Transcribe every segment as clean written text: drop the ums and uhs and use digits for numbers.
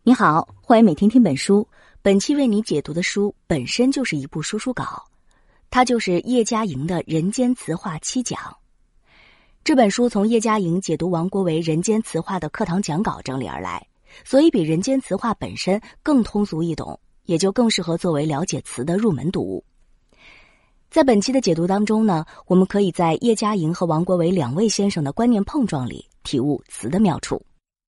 你好，欢迎每天听本书。本期为你解读的书本身就是一部输出稿，它就是叶嘉莹的《人间词话7讲》。这本书从叶嘉莹解读王国维《人间词话》的课堂讲稿整理而来，所以比《人间词话》本身更通俗易懂，也就更适合作为了解词的入门读物。在本期的解读当中呢，我们可以在叶嘉莹和王国维两位先生的观念碰撞里体悟词的妙处。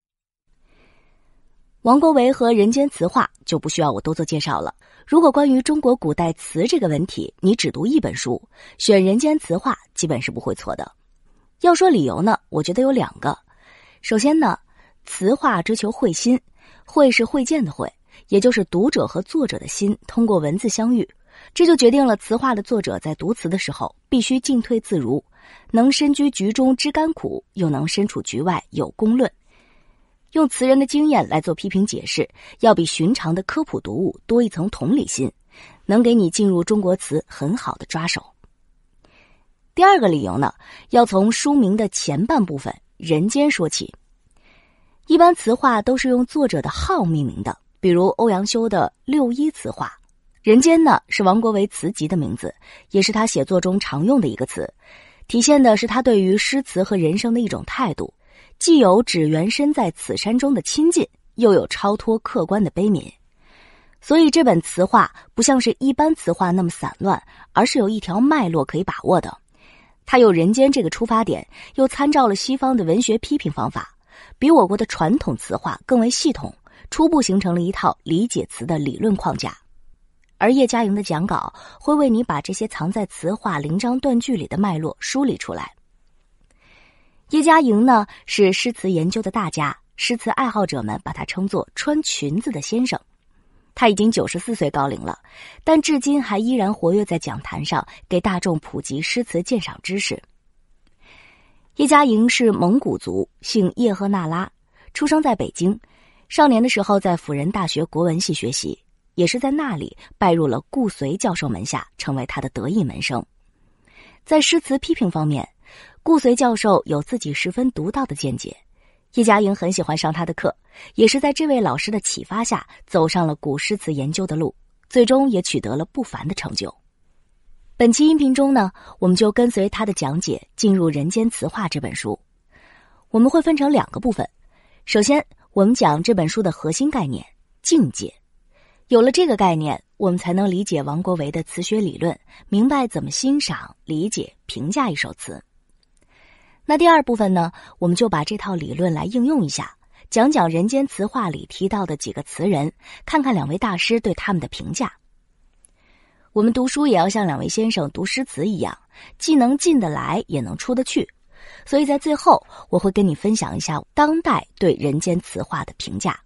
王国维和《人间词话》就不需要我多做介绍了。如果关于中国古代词这个文体，你只读一本书，选《人间词话》基本是不会错的。要说理由呢，我觉得有两个。首先呢，词话追求会心，会是会见的会，也就是读者和作者的心通过文字相遇，这就决定了词话的作者在读词的时候必须进退自如，能身居局中知甘苦，又能身处局外有公论。用词人的经验来做批评解释，要比寻常的科普读物多一层同理心，能给你进入中国词很好的抓手。第二个理由呢，要从书名的前半部分人间说起。一般词话都是用作者的号命名的，比如欧阳修的六一词话。人间呢，是王国维词集的名字，也是他写作中常用的一个词，体现的是他对于诗词和人生的一种态度，既有只缘身在此山中的亲近，又有超脱客观的悲悯。所以这本词话不像是一般词话那么散乱，而是有一条脉络可以把握的。它有人间这个出发点，又参照了西方的文学批评方法，比我国的传统词话更为系统，初步形成了一套理解词的理论框架。而叶嘉莹的讲稿会为你把这些藏在词话临章断句里的脉络梳理出来。叶嘉莹呢，是诗词研究的大家，诗词爱好者们把他称作穿裙子的先生。他已经94岁高龄了，但至今还依然活跃在讲坛上，给大众普及诗词鉴赏知识。叶嘉莹是蒙古族，姓叶赫那拉，出生在北京，少年的时候在辅仁大学国文系学习，也是在那里拜入了顾随教授门下，成为他的得意门生。在诗词批评方面，顾随教授有自己十分独到的见解，叶嘉莹很喜欢上他的课，也是在这位老师的启发下走上了古诗词研究的路，最终也取得了不凡的成就。本期音频中呢，我们就跟随他的讲解进入《人间词话》这本书。我们会分成两个部分，首先我们讲这本书的核心概念境界，有了这个概念，我们才能理解王国维的词学理论，明白怎么欣赏、理解、评价一首词。那第二部分呢，我们就把这套理论来应用一下，讲讲《人间词话》里提到的几个词人，看看两位大师对他们的评价。我们读书也要像两位先生读诗词一样，既能进得来，也能出得去。所以在最后，我会跟你分享一下当代对《人间词话》的评价。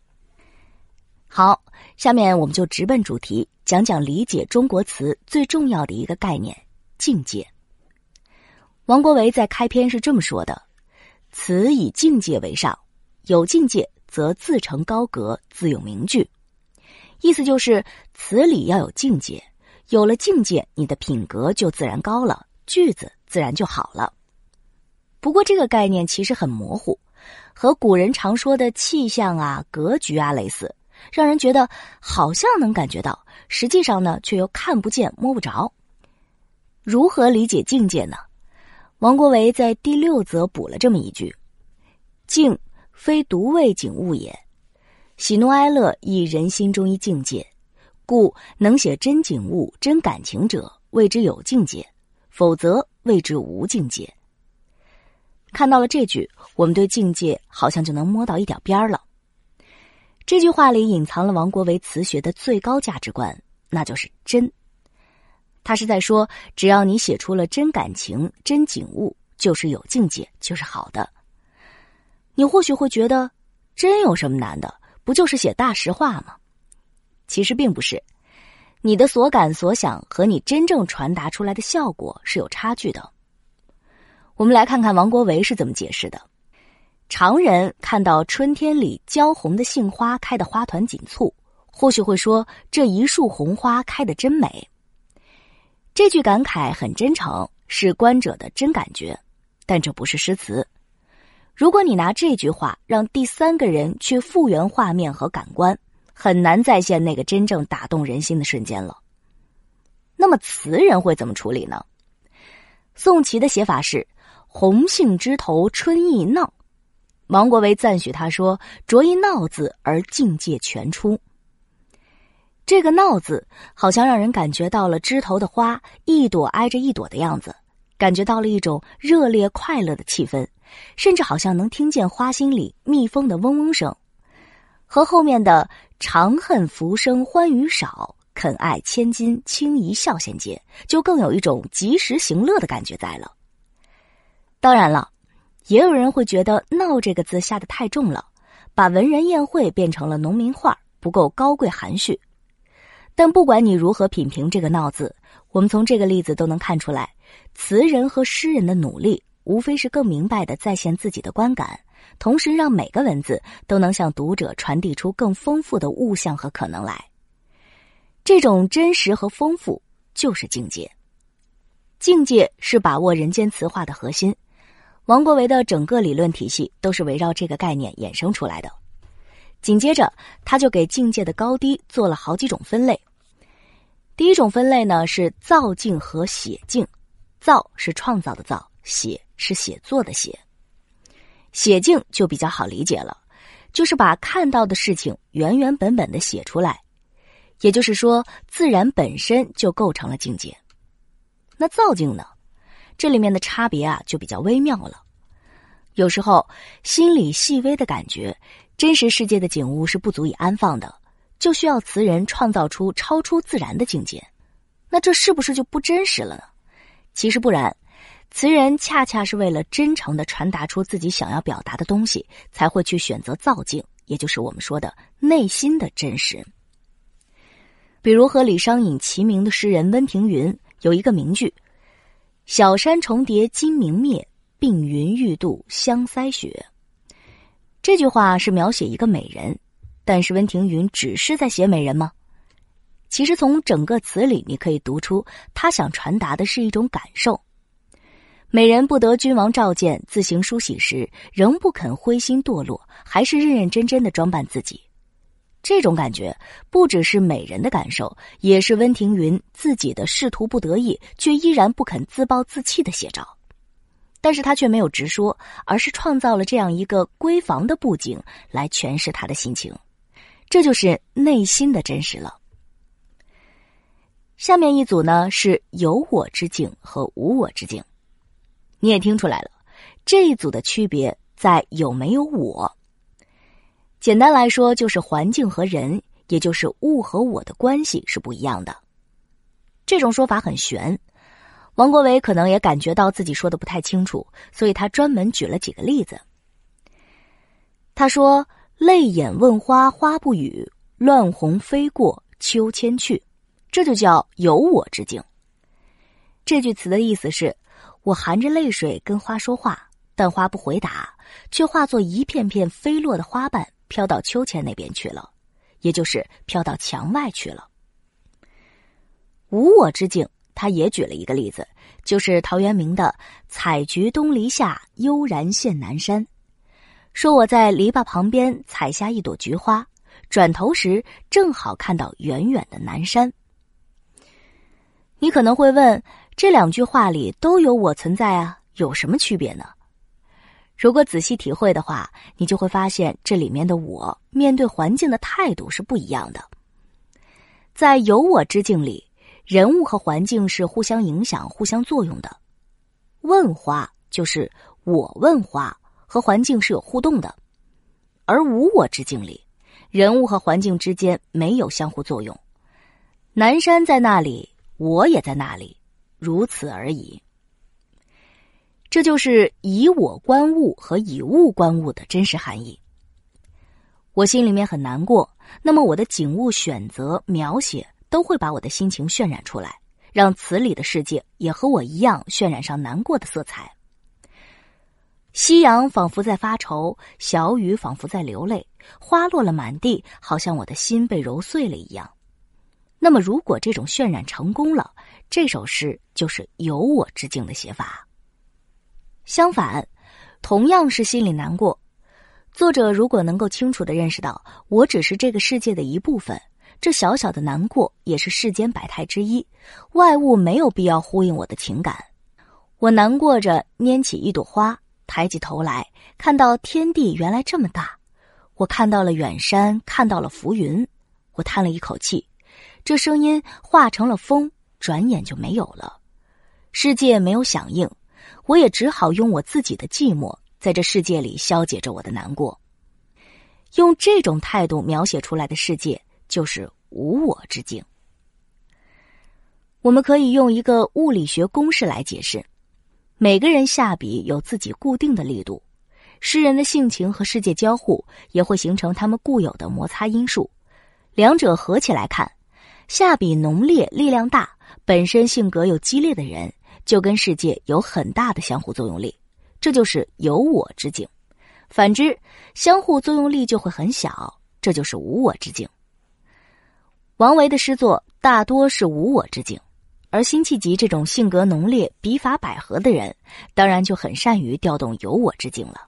好，下面我们就直奔主题，讲讲理解中国词最重要的一个概念——境界。王国维在开篇是这么说的：词以境界为上，有境界则自成高阁，自有名句。意思就是词里要有境界，有了境界，你的品格就自然高了，句子自然就好了。不过这个概念其实很模糊，和古人常说的气象啊、格局啊类似，让人觉得好像能感觉到，实际上呢却又看不见摸不着。如何理解境界呢？王国维在第6则补了这么一句：境非独谓景物也，喜怒哀乐亦人心中一境界，故能写真景物真感情者谓之有境界，否则谓之无境界。看到了这句，我们对境界好像就能摸到一点边了。这句话里隐藏了王国维词学的最高价值观，那就是真。他是在说，只要你写出了真感情、真景物，就是有境界，就是好的。你或许会觉得，真有什么难的？不就是写大实话吗？其实并不是，你的所感所想和你真正传达出来的效果是有差距的。我们来看看王国维是怎么解释的。常人看到春天里娇红的杏花开得花团锦簇，或许会说这一束红花开得真美。这句感慨很真诚，是观者的真感觉，但这不是诗词。 如果你拿这句话让第三个人去复原画面和感官，很难再现那个真正打动人心的瞬间了。那么词人会怎么处理呢？宋琦的写法是红杏枝头春意闹，王国维赞许他说着一闹字而境界全出。这个闹字好像让人感觉到了枝头的花一朵挨着一朵的样子，感觉到了一种热烈快乐的气氛，甚至好像能听见花心里蜜蜂的嗡嗡声，和后面的长恨浮生欢娱少，肯爱千金轻移笑衔接，就更有一种及时行乐的感觉在了。当然了，也有人会觉得闹这个字下得太重了，把文人宴会变成了农民话，不够高贵含蓄。但不管你如何品评这个闹字，我们从这个例子都能看出来，词人和诗人的努力无非是更明白地再现自己的观感，同时让每个文字都能向读者传递出更丰富的物象和可能来。这种真实和丰富就是境界。境界是把握人间词话的核心，王国维的整个理论体系都是围绕这个概念衍生出来的。紧接着他就给境界的高低做了好几种分类。第一种分类呢是造境和写境，造是创造的造，写是写作的写。写境就比较好理解了，就是把看到的事情原原本本的写出来，也就是说自然本身就构成了境界。那造境呢，这里面的差别就比较微妙了。有时候心里细微的感觉，真实世界的景物是不足以安放的，就需要词人创造出超出自然的境界。那这是不是就不真实了呢？其实不然，词人恰恰是为了真诚地传达出自己想要表达的东西，才会去选择造境，也就是我们说的内心的真实。比如和李商隐齐名的诗人温庭筠有一个名句：小山重叠今明灭，并云欲度香腮雪。这句话是描写一个美人，但是温庭筠只是在写美人吗？其实从整个词里你可以读出他想传达的是一种感受。美人不得君王召见，自行梳洗时，仍不肯灰心堕落，还是认认真真的装扮自己。这种感觉不只是美人的感受，也是温庭筠自己的仕途不得意却依然不肯自暴自弃的写照。但是他却没有直说，而是创造了这样一个闺房的布景来诠释他的心情，这就是内心的真实了。下面一组呢是有我之境和无我之境。你也听出来了，这一组的区别在有没有我。简单来说就是环境和人，也就是物和我的关系是不一样的。这种说法很玄，王国维可能也感觉到自己说的不太清楚，所以他专门举了几个例子。他说泪眼问花花不语，乱红飞过秋千去，这就叫有我之境。这句词的意思是，我含着泪水跟花说话，但花不回答，却化作一片片飞落的花瓣飘到秋千那边去了，也就是飘到墙外去了。无我之境他也举了一个例子，就是陶渊明的采菊东篱下，悠然见南山。说我在篱笆旁边采下一朵菊花，转头时正好看到远远的南山。你可能会问，这两句话里都有我存在啊，有什么区别呢？如果仔细体会的话，你就会发现这里面的我面对环境的态度是不一样的。在有我之境里，人物和环境是互相影响、互相作用的。问花就是我问花，和环境是有互动的。而无我之境里，人物和环境之间没有相互作用。南山在那里，我也在那里，如此而已。这就是以我观物和以物观物的真实含义。我心里面很难过，那么我的景物选择、描写都会把我的心情渲染出来，让词里的世界也和我一样渲染上难过的色彩。夕阳仿佛在发愁，小雨仿佛在流泪，花落了满地，好像我的心被揉碎了一样。那么如果这种渲染成功了，这首诗就是有我之境的写法。相反， 同样是心里难过。作者如果能够清楚地认识到，我只是这个世界的一部分，这小小的难过也是世间百态之一，外物没有必要呼应我的情感。我难过着拈起一朵花，抬起头来，看到天地原来这么大。我看到了远山，看到了浮云，我叹了一口气，这声音化成了风，转眼就没有了。世界没有响应，我也只好用我自己的寂寞，在这世界里消解着我的难过。用这种态度描写出来的世界，就是无我之境。我们可以用一个物理学公式来解释，每个人下笔有自己固定的力度，诗人的性情和世界交互也会形成他们固有的摩擦因数，两者合起来看，下笔浓烈力量大，本身性格又激烈的人，就跟世界有很大的相互作用力，这就是有我之境。反之，相互作用力就会很小，这就是无我之境。王维的诗作大多是无我之境，而辛弃疾这种性格浓烈、笔法百合的人，当然就很善于调动有我之境了。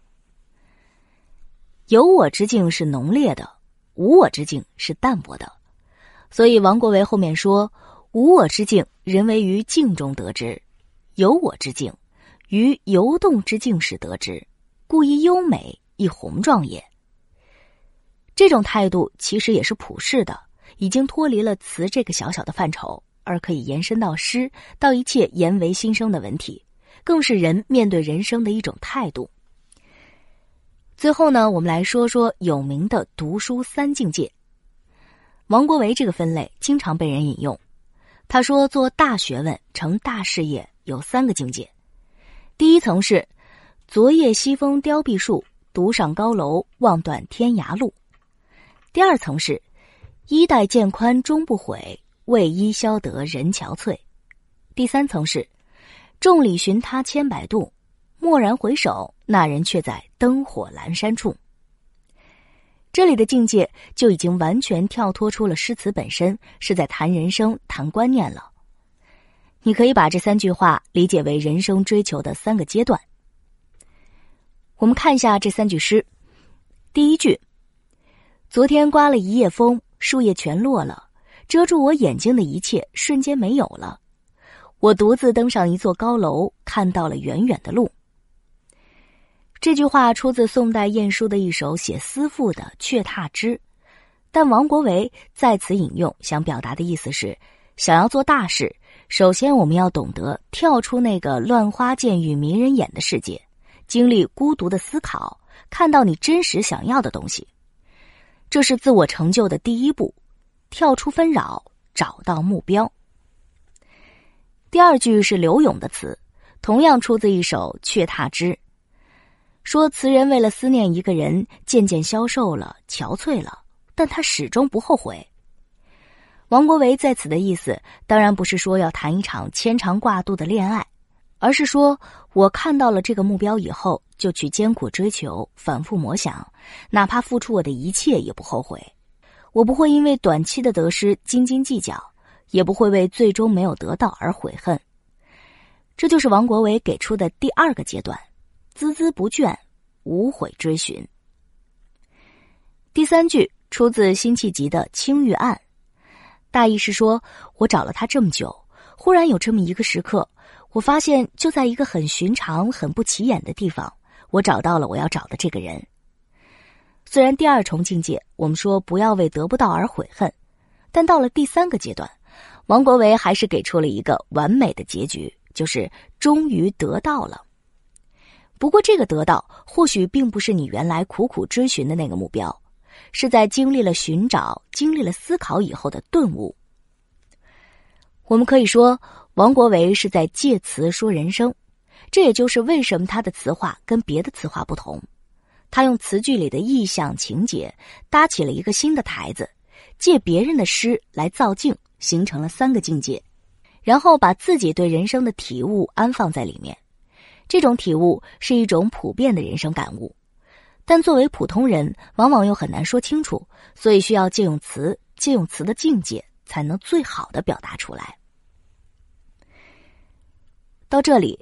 有我之境是浓烈的，无我之境是淡薄的。所以王国维后面说，无我之境，人为于静中得之；有我之境，于游动之境时得之，故一优美，一宏壮也。这种态度其实也是普世的，已经脱离了词这个小小的范畴，而可以延伸到诗，到一切言为心声的文体，更是人面对人生的一种态度。最后呢，我们来说说有名的读书三境界。王国维这个分类经常被人引用，他说做大学问成大事业有三个境界。第一层是昨夜西风凋碧树，独上高楼望断天涯路。第二层是衣带渐宽终不悔，为伊消得人憔悴。第三层是众里寻他千百度，蓦然回首，那人却在灯火阑珊处。这里的境界就已经完全跳脱出了诗词本身，是在谈人生、谈观念了。你可以把这三句话理解为人生追求的三个阶段。我们看一下这三句诗。第一句，昨天刮了一夜风，树叶全落了，遮住我眼睛的一切瞬间没有了。我独自登上一座高楼，看到了远远的路。这句话出自宋代晏殊的一首写思妇的《却踏之》，但王国维在此引用，想表达的意思是，想要做大事，首先我们要懂得跳出那个乱花渐欲迷人眼的世界，经历孤独的思考，看到你真实想要的东西。这是自我成就的第一步，跳出纷扰，找到目标。第二句是柳永的词，同样出自一首《却踏之》，说词人为了思念一个人，渐渐消瘦了，憔悴了，但他始终不后悔。王国维在此的意思，当然不是说要谈一场牵肠挂肚的恋爱，而是说我看到了这个目标以后，就去艰苦追求，反复磨想，哪怕付出我的一切也不后悔。我不会因为短期的得失斤斤计较，也不会为最终没有得到而悔恨。这就是王国维给出的第二个阶段，孜孜不倦，无悔追寻。第三句出自辛弃疾的《青玉案》，大意是说，我找了他这么久，忽然有这么一个时刻，我发现就在一个很寻常、很不起眼的地方，我找到了我要找的这个人。虽然第二重境界我们说不要为得不到而悔恨，但到了第三个阶段，王国维还是给出了一个完美的结局，就是终于得到了。不过这个得到或许并不是你原来苦苦追寻的那个目标，是在经历了寻找、经历了思考以后的顿悟。我们可以说，王国维是在借词说人生，这也就是为什么他的词话跟别的词话不同。他用词句里的意象情节搭起了一个新的台子，借别人的诗来造境，形成了三个境界，然后把自己对人生的体悟安放在里面。这种体悟是一种普遍的人生感悟，但作为普通人往往又很难说清楚，所以需要借用词的境界才能最好的表达出来。到这里，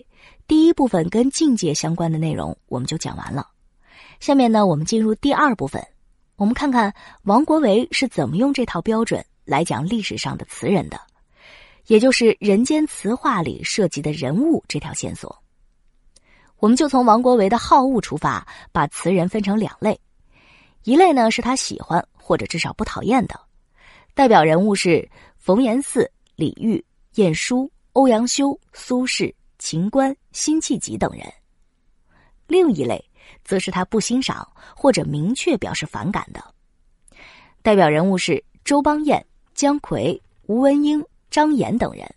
第一部分跟境界相关的内容我们就讲完了。下面呢，我们进入第二部分，我们看看王国维是怎么用这套标准来讲历史上的词人的，也就是人间词话里涉及的人物这条线索。我们就从王国维的好恶出发，把词人分成2类。一类呢是他喜欢或者至少不讨厌的，代表人物是冯延巳、李煜、晏殊、欧阳修、苏轼、秦观、辛弃疾等人。另一类则是他不欣赏或者明确表示反感的，代表人物是周邦彦、姜夔、吴文英、张炎等人。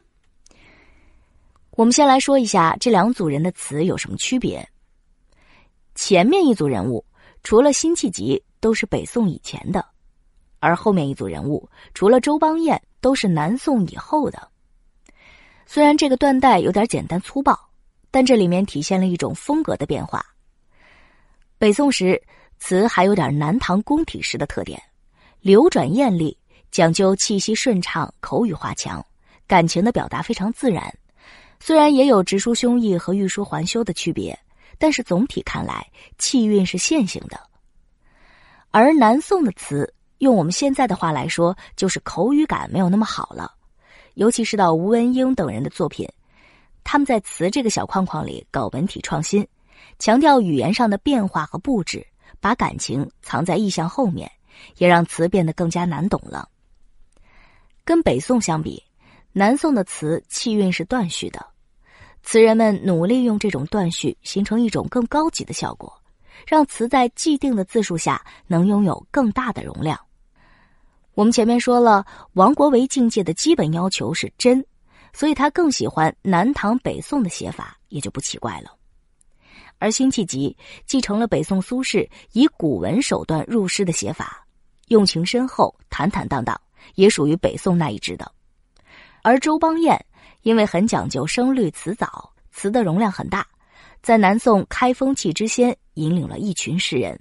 我们先来说一下这2组人的词有什么区别。前面一组人物除了辛弃疾都是北宋以前的，而后面一组人物除了周邦彦都是南宋以后的。虽然这个断代有点简单粗暴，但这里面体现了一种风格的变化。北宋时词还有点南唐宫体诗的特点，流转艳丽，讲究气息顺畅，口语化强，感情的表达非常自然。虽然也有直抒胸臆和欲说还休的区别，但是总体看来气韵是线性的。而南宋的词用我们现在的话来说，就是口语感没有那么好了，尤其是到吴文英等人的作品，他们在词这个小框框里搞文体创新，强调语言上的变化和布置，把感情藏在意象后面，也让词变得更加难懂了。跟北宋相比，南宋的词气韵是断续的，词人们努力用这种断续形成一种更高级的效果，让词在既定的字数下能拥有更大的容量。我们前面说了，王国维境界的基本要求是真，所以他更喜欢南唐北宋的写法，也就不奇怪了。而辛弃疾继承了北宋苏轼以古文手段入诗的写法，用情深厚，坦坦荡荡，也属于北宋那一支的。而周邦彦因为很讲究声律词藻，词的容量很大，在南宋开风气之先，引领了一群诗人。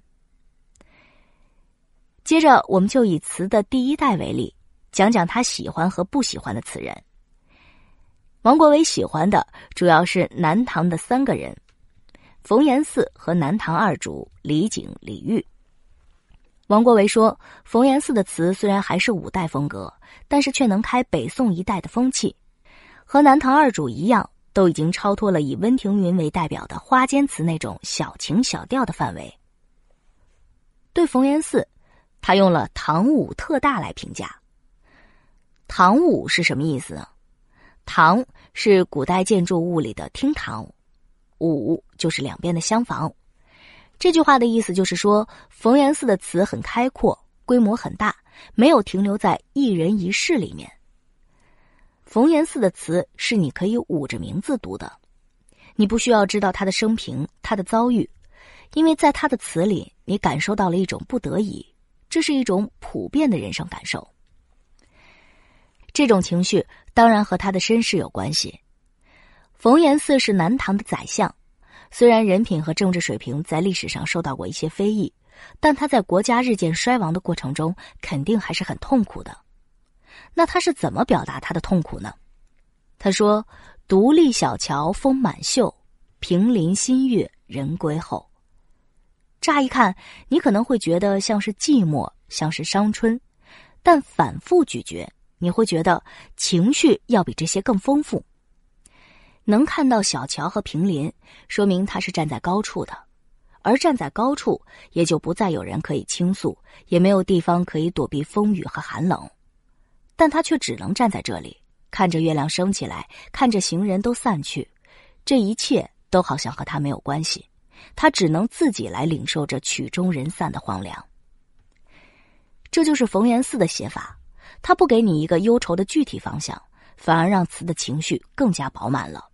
接着我们就以词的第一代为例，讲讲他喜欢和不喜欢的词人。王国维喜欢的主要是南唐的3个人，冯延巳和南唐二主李璟、李煜。王国维说，冯延巳的词虽然还是5代风格，但是却能开北宋一代的风气，和南唐二主一样，都已经超脱了以温庭筠为代表的花间词那种小情小调的范围。对冯延巳，他用了唐武特大来评价。唐武是什么意思呢？唐是古代建筑物里的厅堂，武就是两边的厢房。这句话的意思就是说，冯延巳的词很开阔，规模很大，没有停留在一人一室里面。冯延巳的词是你可以捂着名字读的，你不需要知道他的生平，他的遭遇，因为在他的词里，你感受到了一种不得已，这是一种普遍的人生感受。这种情绪当然和他的身世有关系。冯延巳是南唐的宰相，虽然人品和政治水平在历史上受到过一些非议，但他在国家日渐衰亡的过程中肯定还是很痛苦的。那他是怎么表达他的痛苦呢？他说，独立小桥风满袖，平林新月人归后。乍一看你可能会觉得像是寂寞，像是伤春，但反复咀嚼你会觉得情绪要比这些更丰富。能看到小桥和平林，说明他是站在高处的，而站在高处也就不再有人可以倾诉，也没有地方可以躲避风雨和寒冷。但他却只能站在这里，看着月亮升起来，看着行人都散去，这一切都好像和他没有关系，他只能自己来领受着曲终人散的荒凉。这就是冯延巳的写法，他不给你一个忧愁的具体方向，反而让词的情绪更加饱满了。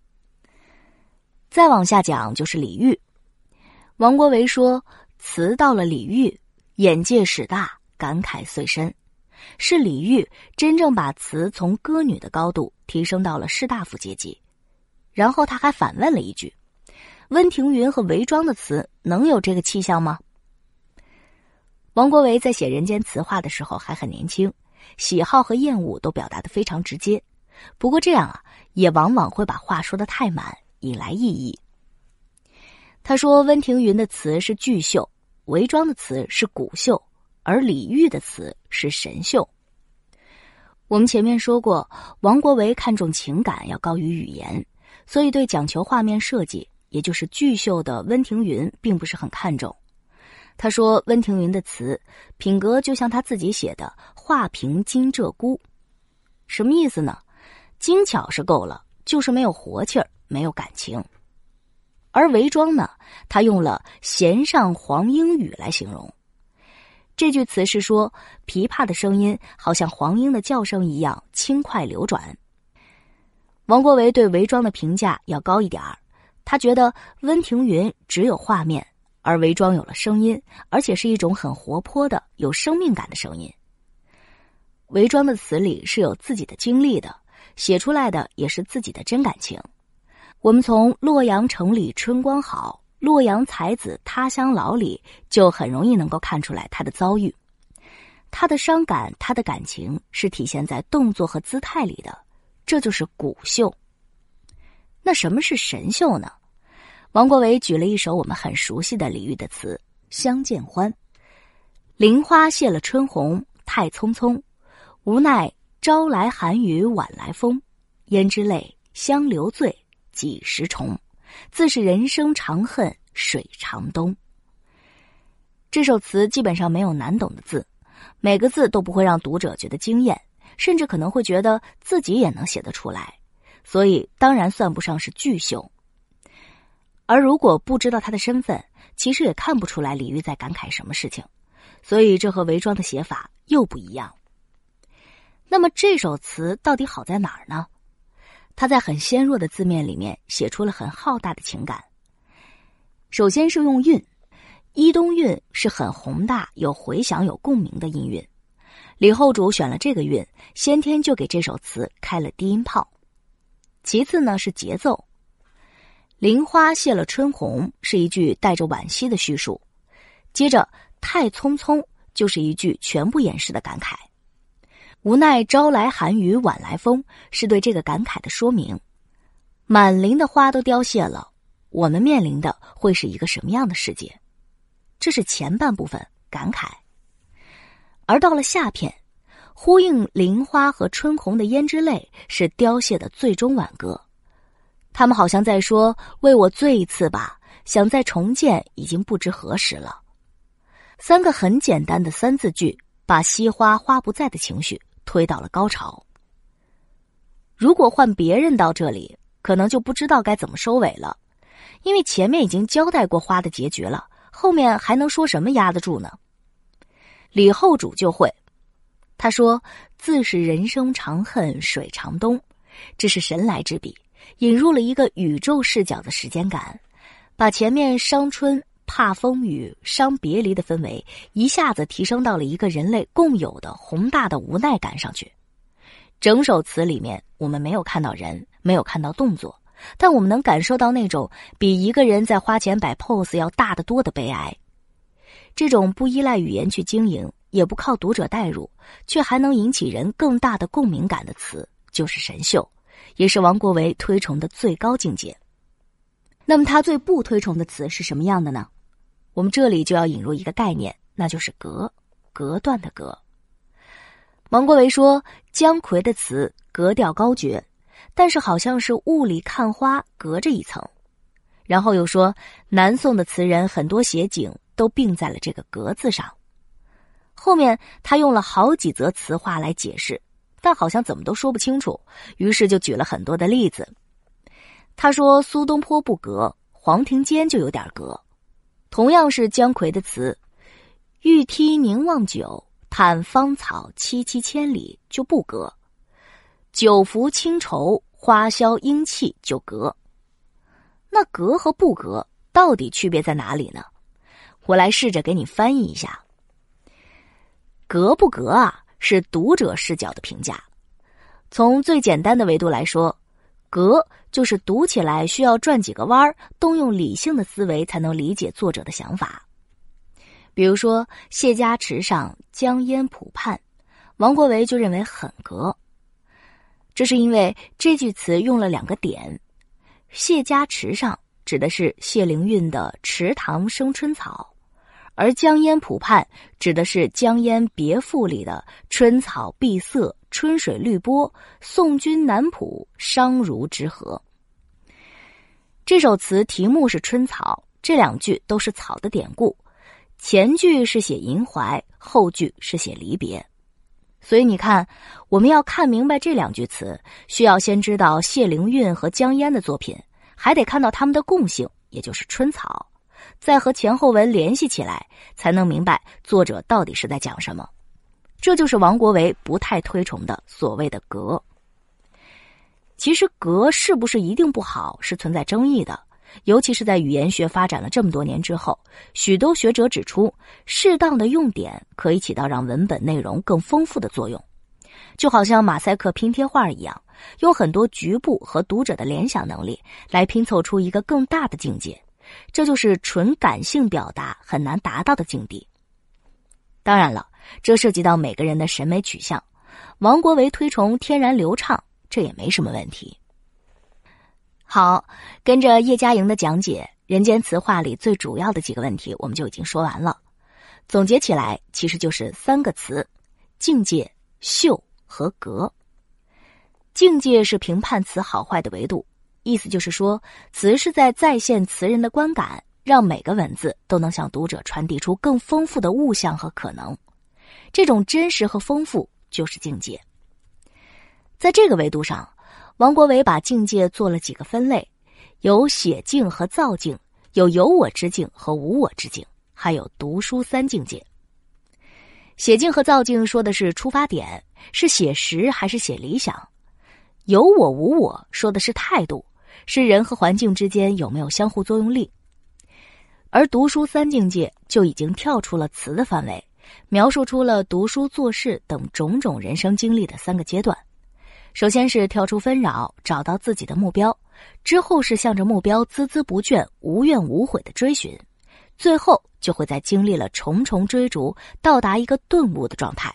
再往下讲就是李煜。王国维说，词到了李煜，眼界始大，感慨遂深。是李煜真正把词从歌女的高度提升到了士大夫阶级。然后他还反问了一句，温庭筠和韦庄的词能有这个气象吗？王国维在写人间词话的时候还很年轻，喜好和厌恶都表达得非常直接，不过这样也往往会把话说得太满， 引来异议。他说温庭筠的词是巨秀，韦庄的词是古秀，而李煜的词是神秀。我们前面说过，王国维看重情感要高于语言，所以对讲求画面设计，也就是巨秀的温庭筠并不是很看重。他说温庭筠的词品格就像他自己写的画屏金鹧鸪。什么意思呢？精巧是够了，就是没有活气儿，没有感情。而韦庄呢，他用了弦上黄莺语来形容。这句词是说琵琶的声音好像黄莺的叫声一样轻快流转。王国维对韦庄的评价要高一点儿，他觉得温庭筠只有画面，而韦庄有了声音，而且是一种很活泼的有生命感的声音。韦庄的词里是有自己的经历的，写出来的也是自己的真感情。我们从洛阳城里春光好，洛阳才子他乡老里就很容易能够看出来他的遭遇。他的伤感，他的感情是体现在动作和姿态里的，这就是古秀。那什么是神秀呢？王国维举了一首我们很熟悉的李煜的词《相见欢》。菱花谢了春红太匆匆，无奈朝来寒雨晚来风，胭脂泪相留醉几时重，自是人生长恨水长东。这首词基本上没有难懂的字，每个字都不会让读者觉得惊艳，甚至可能会觉得自己也能写得出来，所以当然算不上是巨秀。而如果不知道他的身份，其实也看不出来李煜在感慨什么事情，所以这和韦庄的写法又不一样。那么这首词到底好在哪儿呢？他在很纤弱的字面里面写出了很浩大的情感。首先是用韵，伊东韵是很宏大、有回响、有共鸣的音韵。李后主选了这个韵，先天就给这首词开了低音炮。其次呢是节奏，菱花谢了春红是一句带着惋惜的叙述，接着太匆匆就是一句全部掩饰的感慨。无奈朝来寒雨晚来风是对这个感慨的说明。满林的花都凋谢了，我们面临的会是一个什么样的世界？这是前半部分感慨。而到了下片，呼应菱花和春红的胭脂泪是凋谢的最终挽歌。他们好像在说，为我醉一次吧，想再重见已经不知何时了。三个很简单的三字句，把惜花花不在的情绪推到了高潮。如果换别人到这里，可能就不知道该怎么收尾了，因为前面已经交代过花的结局了，后面还能说什么压得住呢？李后主就会，他说自是人生长恨水长东，这是神来之笔，引入了一个宇宙视角的时间感，把前面伤春怕风雨伤别离的氛围一下子提升到了一个人类共有的宏大的无奈感上去。整首词里面我们没有看到人，没有看到动作，但我们能感受到那种比一个人在花钱摆 pose 要大得多的悲哀。这种不依赖语言去经营，也不靠读者代入，却还能引起人更大的共鸣感的词，就是神秀，也是王国维推崇的最高境界。那么他最不推崇的词是什么样的呢？我们这里就要引入一个概念，那就是隔，隔断的隔。王国维说姜夔的词格调高绝，但是好像是雾里看花隔着一层。然后又说南宋的词人很多写景都并在了这个隔字上。后面他用了好几则词话来解释，但好像怎么都说不清楚，于是就举了很多的例子。他说苏东坡不隔，黄庭坚就有点隔。同样是姜夔的词，玉梯凝望久，叹芳草萋萋千里就不隔，酒服清愁，花销英气就隔。那隔和不隔到底区别在哪里呢？我来试着给你翻译一下。隔不隔啊，是读者视角的评价。从最简单的维度来说，隔就是读起来需要转几个弯，动用理性的思维才能理解作者的想法。比如说谢家池上江烟浦畔，王国维就认为很隔。这是因为这句词用了两个点， 谢家池上指的是谢灵运的池塘生春草，而江淹浦畔指的是江淹别赋里的春草碧色，春水绿波，送君南浦，商如之河。这首词题目是春草，这两句都是草的典故，前句是写吟怀，后句是写离别。所以你看，我们要看明白这两句词，需要先知道谢灵运和江淹的作品，还得看到他们的共性，也就是春草，再和前后文联系起来，才能明白作者到底是在讲什么。这就是王国维不太推崇的所谓的格。其实格是不是一定不好，是存在争议的，尤其是在语言学发展了这么多年之后，许多学者指出，适当的用典可以起到让文本内容更丰富的作用，就好像马赛克拼贴画一样，用很多局部和读者的联想能力来拼凑出一个更大的境界，这就是纯感性表达很难达到的境地。当然了，这涉及到每个人的审美取向，王国维推崇天然流畅，这也没什么问题。好，跟着叶嘉莹的讲解，人间词话里最主要的几个问题我们就已经说完了。总结起来其实就是3个词：境界、秀和格。境界是评判词好坏的维度，意思就是说，词是在现词人的观感，让每个文字都能向读者传递出更丰富的物象和可能。这种真实和丰富就是境界。在这个维度上，王国维把境界做了几个分类，有写境和造境，有有我之境和无我之境，还有读书3境界。写境和造境说的是出发点，是写实还是写理想。有我无我说的是态度，是人和环境之间有没有相互作用力。而读书3境界就已经跳出了词的范围，描述出了读书做事等种种人生经历的3个阶段。首先是跳出纷扰，找到自己的目标，之后是向着目标孜孜不倦，无怨无悔的追寻，最后就会在经历了重重追逐，到达一个顿悟的状态。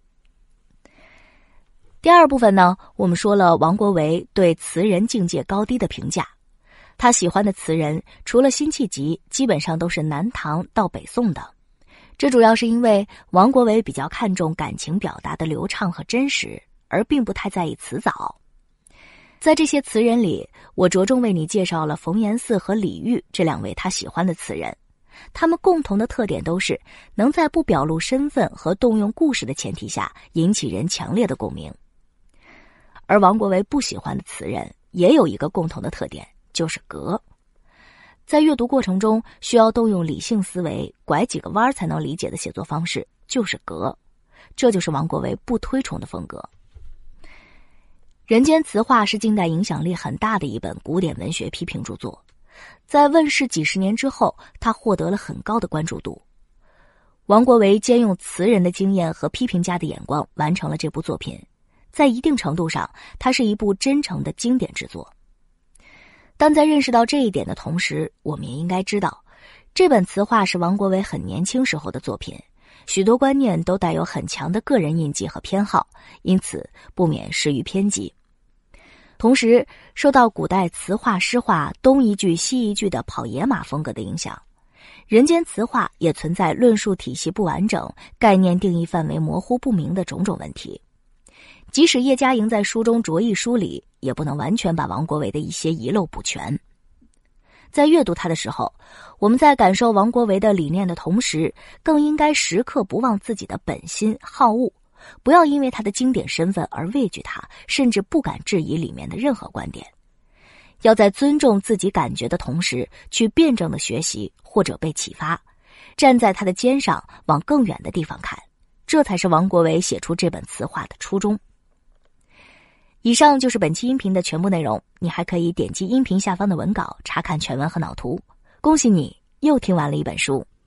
第二部分呢，我们说了王国维对词人境界高低的评价。他喜欢的词人除了辛弃疾，基本上都是南唐到北宋的。这主要是因为王国维比较看重感情表达的流畅和真实，而并不太在意词藻。在这些词人里，我着重为你介绍了冯延巳和李煜这2位他喜欢的词人。他们共同的特点都是能在不表露身份和动用故事的前提下引起人强烈的共鸣。而王国维不喜欢的词人也有一个共同的特点，就是格。在阅读过程中需要动用理性思维，拐几个弯才能理解的写作方式就是格，这就是王国维不推崇的风格。人间词话是近代影响力很大的一本古典文学批评著作，在问世几十年之后，它获得了很高的关注度。王国维兼用词人的经验和批评家的眼光完成了这部作品，在一定程度上，它是一部真诚的经典之作。但在认识到这一点的同时，我们也应该知道，这本词话是王国维很年轻时候的作品，许多观念都带有很强的个人印记和偏好，因此不免失于偏激。同时，受到古代词话诗话东一句西一句的跑野马风格的影响，人间词话也存在论述体系不完整、概念定义范围模糊不明的种种问题。即使叶嘉莹在书中着意梳理，也不能完全把王国维的一些遗漏补全。在阅读他的时候，我们在感受王国维的理念的同时，更应该时刻不忘自己的本心好恶，不要因为他的经典身份而畏惧他，甚至不敢质疑里面的任何观点。要在尊重自己感觉的同时，去辩证的学习或者被启发，站在他的肩上往更远的地方看，这才是王国维写出这本词话的初衷。以上就是本期音频的全部内容，你还可以点击音频下方的文稿查看全文和脑图。恭喜你又听完了一本书。